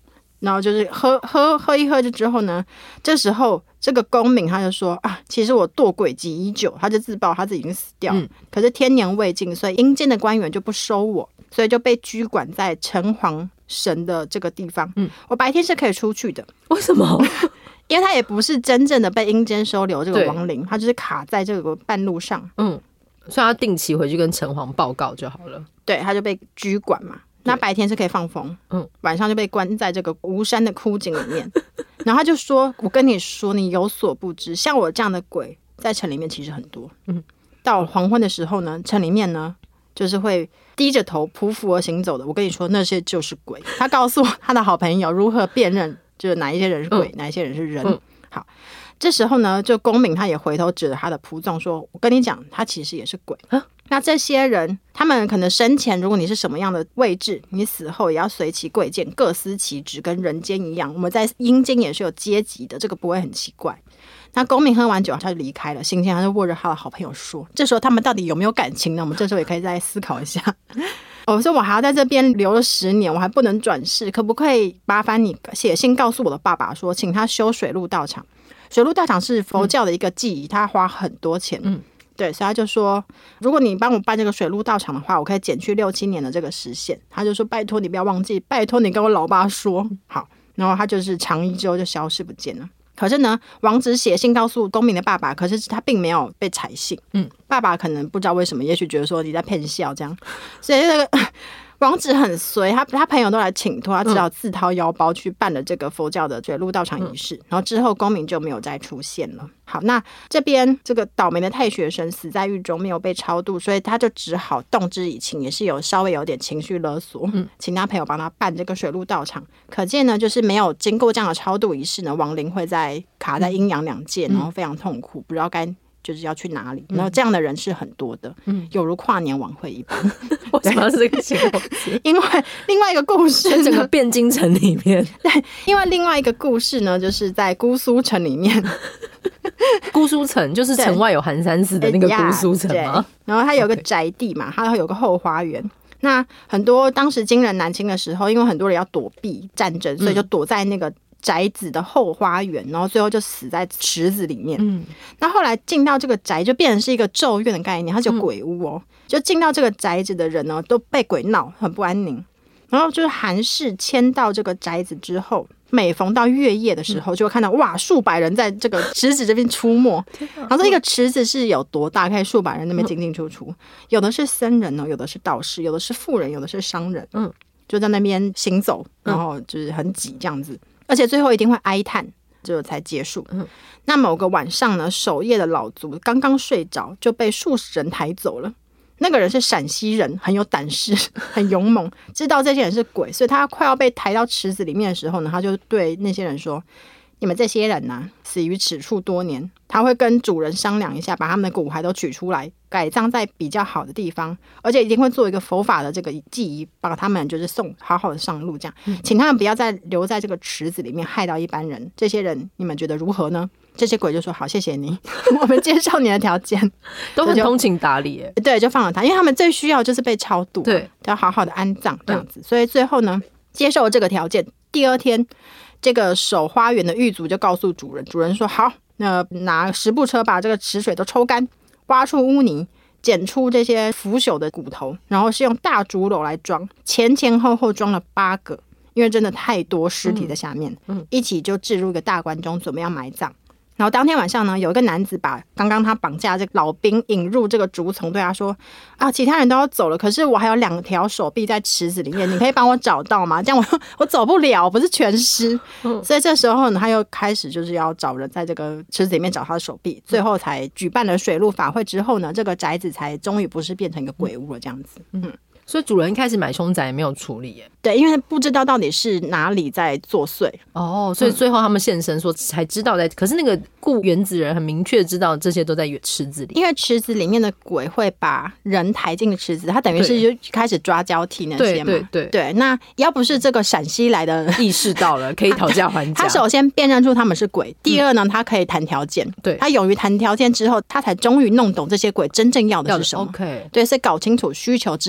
然后就是喝喝喝一喝就之后呢，这时候这个公民他就说啊，其实我堕轨迹已久，他就自曝他自己已经死掉了、嗯、可是天年未尽，所以阴间的官员就不收我，所以就被居管在城隍神的这个地方、嗯、我白天是可以出去的。 为什么？ 因为他也不是真正的被阴间收留这个亡灵，他就是卡在这个半路上，嗯， 所以他定期回去跟城隍报告就好了。 对，他就被居管嘛，那白天是可以放风，嗯，晚上就被关在这个无山的枯井里面。然后他就说：“我跟你说，你有所不知，像我这样的鬼在城里面其实很多。嗯，到黄昏的时候呢，城里面呢就是会低着头匍匐而行走的。我跟你说，那些就是鬼。”他告诉他的好朋友如何辨认，就是哪一些人是鬼，嗯、哪一些人是人。嗯、好，这时候呢，就公民他也回头指着他的仆众说：“我跟你讲，他其实也是鬼。啊”那这些人，他们可能生前，如果你是什么样的位置，你死后也要随其贵贱，各司其职，跟人间一样。我们在阴间也是有阶级的，这个不会很奇怪。那公民喝完酒他就离开了，心情他就握着他的好朋友说：“这时候他们到底有没有感情呢？我们这时候也可以再思考一下。”我说我还要在这边留了十年，我还不能转世，可不可以麻烦你写信告诉我的爸爸说，请他修水陆道场。水陆道场是佛教的一个技艺，他花很多钱。嗯，对，所以他就说，如果你帮我办这个水陆道场的话，我可以减去六七年的这个时限。他就说，拜托你不要忘记，拜托你跟我老爸说好。然后他就是长一之后就消失不见了。可是呢，王子写信告诉公民的爸爸，可是他并没有被采信。嗯，爸爸可能不知道为什么，也许觉得说你在骗笑这样，所以那个王子很衰，他他朋友都来请托，他只好自掏腰包去办了这个佛教的水陆道场仪式、嗯、然后之后公民就没有再出现了。好，那这边这个倒霉的太学生死在狱中，没有被超度，所以他就只好动之以情，也是有稍微有点情绪勒索、嗯、请他朋友帮他办这个水陆道场。可见呢，就是没有经过这样的超度仪式呢，亡灵会在卡在阴阳两界、嗯、然后非常痛苦，不知道该就是要去哪里，然后这样的人是很多的，嗯，有如跨年晚会一般。 为什么要是这个形容词？ 因为另外一个故事， 整个汴京城里面， 对，因为另外一个故事呢，就是在姑苏城里面。 姑苏城就是城外有寒山寺的那个姑苏城吗？ 然后它有个宅地嘛，它有个后花园。那很多当时金人南侵的时候，因为很多人要躲避战争，所以就躲在那个宅子的后花园，然后最后就死在池子里面。嗯，那后来进到这个宅就变成是一个咒怨的概念，它是有鬼屋哦。嗯、就进到这个宅子的人呢，都被鬼闹，很不安宁。然后就是韩氏迁到这个宅子之后，每逢到月夜的时候，就会看到、嗯、哇，数百人在这个池子这边出没。然后这个池子是有多大？可以数百人那边进进出出，嗯、有的是僧人哦，有的是道士，有的是富人，有的是商人。嗯，就在那边行走，然后就是很挤这样子。而且最后一定会哀叹，就才结束。嗯，那某个晚上呢，守夜的老卒刚刚睡着，就被数十人抬走了。那个人是陕西人，很有胆识，很勇猛，知道这些人是鬼，所以他快要被抬到池子里面的时候呢，他就对那些人说：“你们这些人啊，死于此处多年。”他会跟主人商量一下，把他们的骨骸都取出来，改葬在比较好的地方，而且一定会做一个佛法的这个祭仪，把他们就是送好好的上路，这样，请他们不要再留在这个池子里面，害到一般人。这些人你们觉得如何呢？这些鬼就说：“好，谢谢你，我们接受你的条件。” 都很通情达理耶。 对，就放了他，因为他们最需要就是被超度，对，要好好的安葬这样子。嗯、所以最后呢，接受这个条件。第二天，这个守花园的狱卒就告诉主人，主人说：“好，那拿十部车把这个池水都抽干，挖出污泥，捡出这些腐朽的骨头，然后是用大竹篓来装，前前后后装了八个，因为真的太多尸体在下面，嗯嗯、一起就置入一个大棺中，准备要埋葬。”然后当天晚上呢，有一个男子把刚刚他绑架这个老兵引入这个竹丛，对他说：“啊，其他人都要走了，可是我还有两条手臂在池子里面，你可以帮我找到吗？这样我我走不了，不是全尸。嗯”所以这时候呢，他又开始就是要找人在这个池子里面找他的手臂，最后才举办了水陆法会之后呢，这个宅子才终于不是变成一个鬼屋了，这样子。嗯。 所以主人一开始买凶宅也没有处理耶， 对，因为不知道到底是哪里在作祟哦，所以最后他们现身说才知道在，可是那个雇园子人很明确知道这些都在池子里， 因为池子里面的鬼会把人抬进池子，他等于是就开始抓交替那些嘛，对对 对, 对，那要不是这个陕西来的意识到了可以讨价还价， 他首先辨认出他们是鬼，第二呢，他可以谈条件，对，他勇于谈条件之后，他才终于弄懂这些鬼真正要的是什么。 OK， 对，所以搞清楚需求之后，双方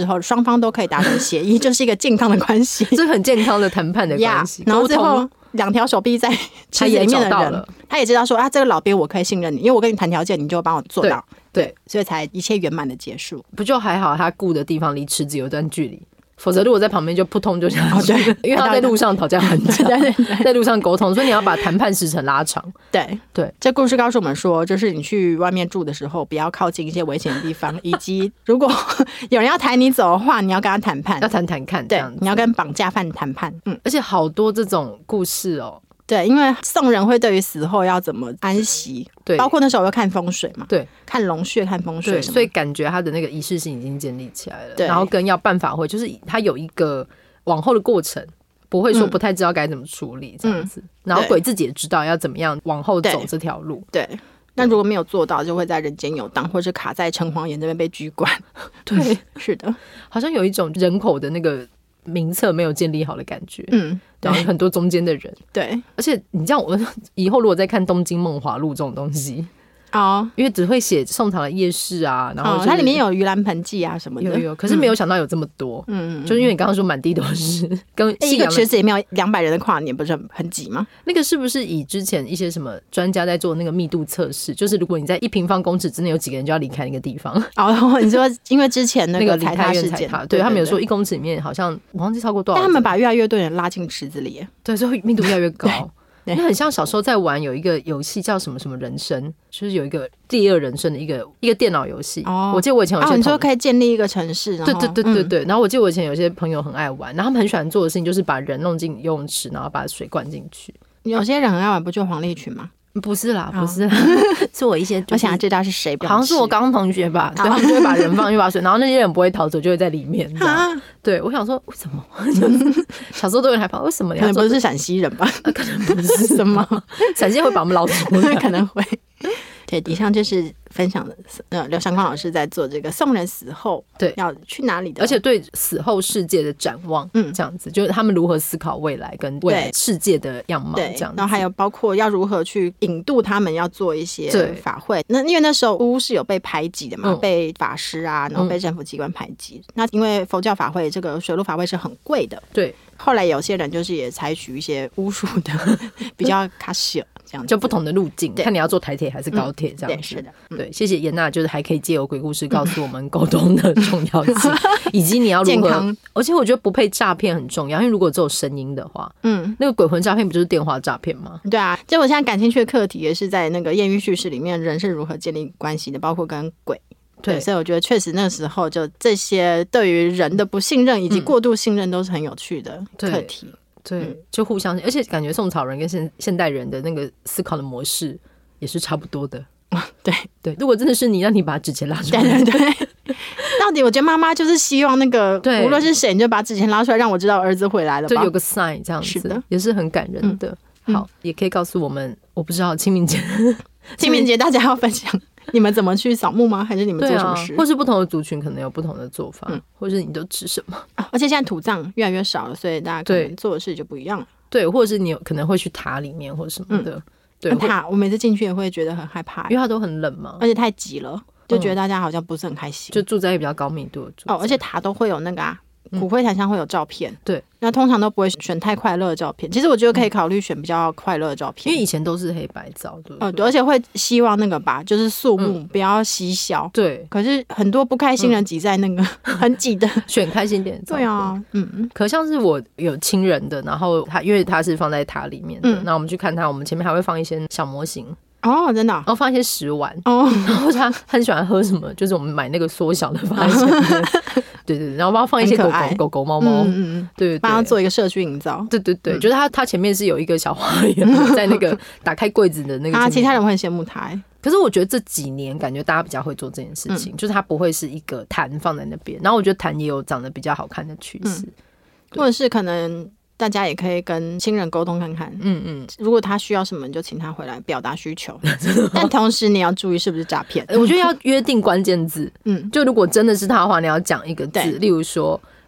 方都可以达成协议，就是一个健康的关系， 这很健康的谈判的关系。 yeah, 然后最后两条手臂在池子里面的人，他也知道说啊，这个老鳖我可以信任你，因为我跟你谈条件，你就帮我做到， 对, 对，所以才一切圆满的结束。 不就还好，他顾的地方离池子有一段距离。否则如果在旁边就扑通就下去、哦、因为他在路上讨价还价在路上沟通，所以你要把谈判时程拉长。 对对，这故事告诉我们说，就是你去外面住的时候不要靠近一些危险的地方，以及如果有人要抬你走的话，你要跟他谈判， 要谈谈看这样子， 对，你要跟绑架犯谈判。嗯，而且好多这种故事哦。 对，因为宋人会对于死后要怎么安息，对，包括那时候要看风水嘛，对，看龙穴、看风水什么， 所以感觉他的那个仪式性已经建立起来了。对，然后跟要办法会，就是他有一个往后的过程，不会说不太知道该怎么处理这样子。嗯、然后鬼自己也知道要怎么样往后走这条路。对，对， 那如果没有做到，就会在人间游荡，或是卡在城隍爷这边被拘管。对，是的， 好像有一种人口的那个名册没有建立好的感觉。嗯。然后很多中间的人，对，而且你这样，我以后如果再看《东京梦华录》这种东西，哦，因为只会写宋朝的夜市啊，然后、就是哦、 它里面有盂兰盆记啊什么的， 有有，可是没有想到有这么多，嗯，就是因为你刚刚说满地都是，跟一个池子里面有两百人的跨年，不是很很挤吗？ 那个是不是以之前一些什么专家在做那个密度测试，就是如果你在一平方公尺之内有几个人就要离开那个地方？ 哦，你说因为之前那个踩踏事件， 对, 对他们有说一公尺里面好像我忘记超过多少， 但他们把越来越多人拉进池子里， 对，所以密度越来越高。那很像小时候在玩有一个游戏叫什么什么人生，就是有一个第二人生的一个一个电脑游戏。哦，我记得我以前有些朋友、 哦、你说可以建立一个城市， 对对对对对、嗯。然后我记得我以前有些朋友很爱玩，然后他们很喜欢做的事情就是把人弄进游泳池，然后把水灌进去。 有些人很爱玩，不就黄立群吗？ 不是啦，不是啦，是我一些、就是， 我想要知道是谁， 好像是我高中同学吧，对，他们就会把人放进去把水，然后那些人不会逃走，就会在里面。对，我想说为什么？小时候都有害怕，为什么？ 可能不是陕西人吧？ 可能不是什么，陕西人会把我们捞出来， 可能会。对，以上就是分享的，呃，刘祥光老师在做这个宋人死后对要去哪里的， 而且对死后世界的展望，嗯，这样子就是他们如何思考未来跟未来世界的样貌，这样子。 然后还有包括要如何去引渡他们要做一些法会。那因为那时候巫是有被排挤的嘛，嗯、被法师啊，然后被政府机关排挤。嗯、那因为佛教法会这个水陆法会是很贵的，对。后来有些人就是也采取一些巫术的比较卡小。这样就不同的路径，看你要坐台铁还是高铁这样子。嗯、是的，嗯、对，谢谢严娜，就是还可以借由鬼故事告诉我们沟通的重要性，以及你要如何。而且我觉得不配诈骗很重要，因为如果只有声音的话，嗯，那个鬼魂诈骗不就是电话诈骗吗？ 对啊，就我现在感兴趣的课题也是在那个艳遇叙事里面，人是如何建立关系的，包括跟鬼。对，对，所以我觉得确实那时候就这些对于人的不信任以及过度信任都是很有趣的课题。嗯对，就互相，而且感觉宋朝人跟现现代人的那个思考的模式也是差不多的。对对，如果真的是你，让你把纸钱拉出来， 对对对。到底我觉得妈妈就是希望那个，无论是谁，你就把纸钱拉出来，让我知道儿子回来了吧， 就有个 sign 这样子，是的，也是很感人的。嗯、好，也可以告诉我们，我不知道清明节， 清明节大家要分享。你们怎么去扫墓吗？还是你们做什么事？ 啊、或是不同的族群可能有不同的做法，嗯、或是你都吃什么、 啊？而且现在土葬越来越少了，所以大家可能做的事就不一样了。 对，或者是你有可能会去塔里面或者什么的。嗯、 对，塔我每次进去也会觉得很害怕， 因为它都很冷嘛， 而且太挤了，就觉得大家好像不是很开心。 嗯、就住在比较高密度的住哦，而且塔都会有那个啊。骨灰坛上会有照片，嗯、对，那通常都不会选太快乐的照片。其实我觉得可以考虑选比较快乐的照片， 因为以前都是黑白照，对不对？ 呃，对，而且会希望那个吧，就是肃穆，嗯、不要嬉笑。对，可是很多不开心人挤在那个、嗯、很挤的， 选开心点的照片。 对啊，嗯嗯。 可像是我有亲人的，然后他因为他是放在塔里面的，那、嗯、我们去看他，我们前面还会放一些小模型。 哦，真的、哦， 然后放一些食玩，哦，然后他很喜欢喝什么，就是我们买那个缩小的放在前面，对对对，然后帮他放一些狗狗狗狗猫猫，嗯嗯，对对， 帮他做一个社区营造， 对对对，嗯、就是他他前面是有一个小花园，在那个打开柜子的那个， 啊，其他人会很羡慕他。 可是我觉得这几年感觉大家比较会做这件事情，嗯、就是它不会是一个坛放在那边，然后我觉得坛也有长得比较好看的趋势，嗯、 或者是可能。大家也可以跟亲人沟通看看，嗯嗯，如果他需要什么，你就请他回来表达需求。但同时你要注意是不是诈骗。 我觉得要约定关键字，嗯，就如果真的是他的话，你要讲一个字，例如说，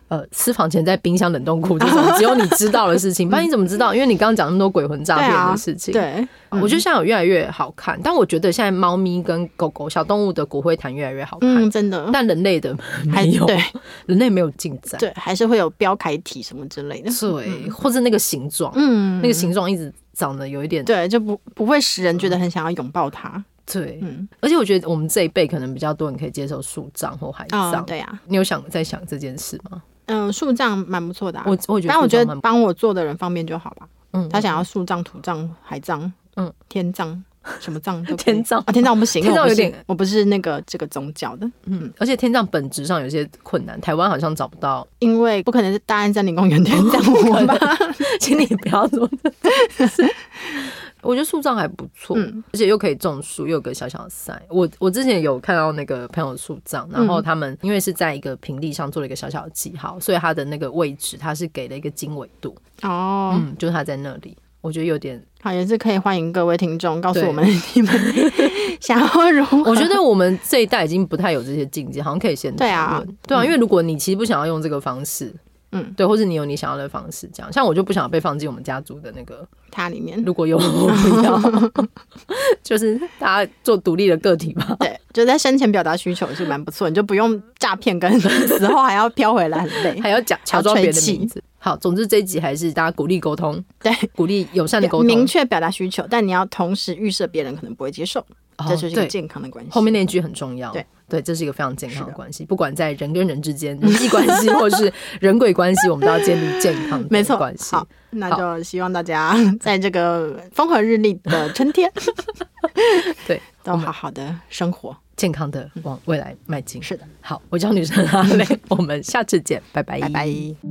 呃私房钱在冰箱冷冻库这种只有你知道的事情，不然你怎么知道？因为你刚刚讲那么多鬼魂诈骗的事情。 对、啊对嗯，我觉得现在有越来越好看，但我觉得现在猫咪跟狗狗小动物的骨灰坛越来越好看， 嗯，真的。 但人类的没有， 对， 人类没有进展， 对，还是会有标楷体什么之类的， 对， 嗯、 或者那个形状，嗯，那个形状一直长得有一点， 对，就不不会使人觉得很想要拥抱它。 对，嗯，而且我觉得我们这一辈可能比较多人可以接受树葬或海葬、 哦，对啊， 你有想在想这件事吗？ 嗯，树葬蛮不错的、啊， 我我觉得， 但我觉得帮我做的人方便就好吧。 嗯， 他想要树葬、土葬、海葬，嗯，天葬，什么葬都可以。 天葬啊，天葬不行， 天葬有点， 我不是那个这个宗教的。 嗯，而且天葬本质上有些困难，台湾好像找不到， 因为不可能是大安森林公园天葬我吧？ 请你不要说这事。我觉得树葬还不错、嗯，而且又可以种树，又有个小小的赛。我我之前有看到那个朋友树葬，然后他们因为是在一个平地上做了一个小小的记号，所以他的那个位置他是给了一个经纬度。哦，嗯，就是他在那里，我觉得有点好，也是可以欢迎各位听众告诉我们你们想要如何。 我觉得我们这一代已经不太有这些境界，好像可以先讨论。对啊，对啊、嗯，因为如果你其实不想要用这个方式。嗯，对，或者你有你想要的方式，这样像我就不想被放进我们家族的那个它里面。 如果有我不要，就是大家做独立的个体嘛。 对，就在生前表达需求是蛮不错，你就不用诈骗跟死后还要飘回来很累， 还要假假装别人的名字。好，总之这一集还是大家鼓励沟通，对，鼓励友善的沟通， 明确表达需求，但你要同时预设别人可能不会接受，哦、这就是一个健康的关系。 后面那句很重要，对。对，这是一个非常健康的关系，不管在人跟人之间人际关系，或是人鬼关系，我们都要建立健康的关系。 好，那就希望大家在这个风和日丽的春天，对，都好好的生活， 健康的往未来迈进。 是的， 好，我叫女生阿蕾，我们下次见，拜拜， 拜拜。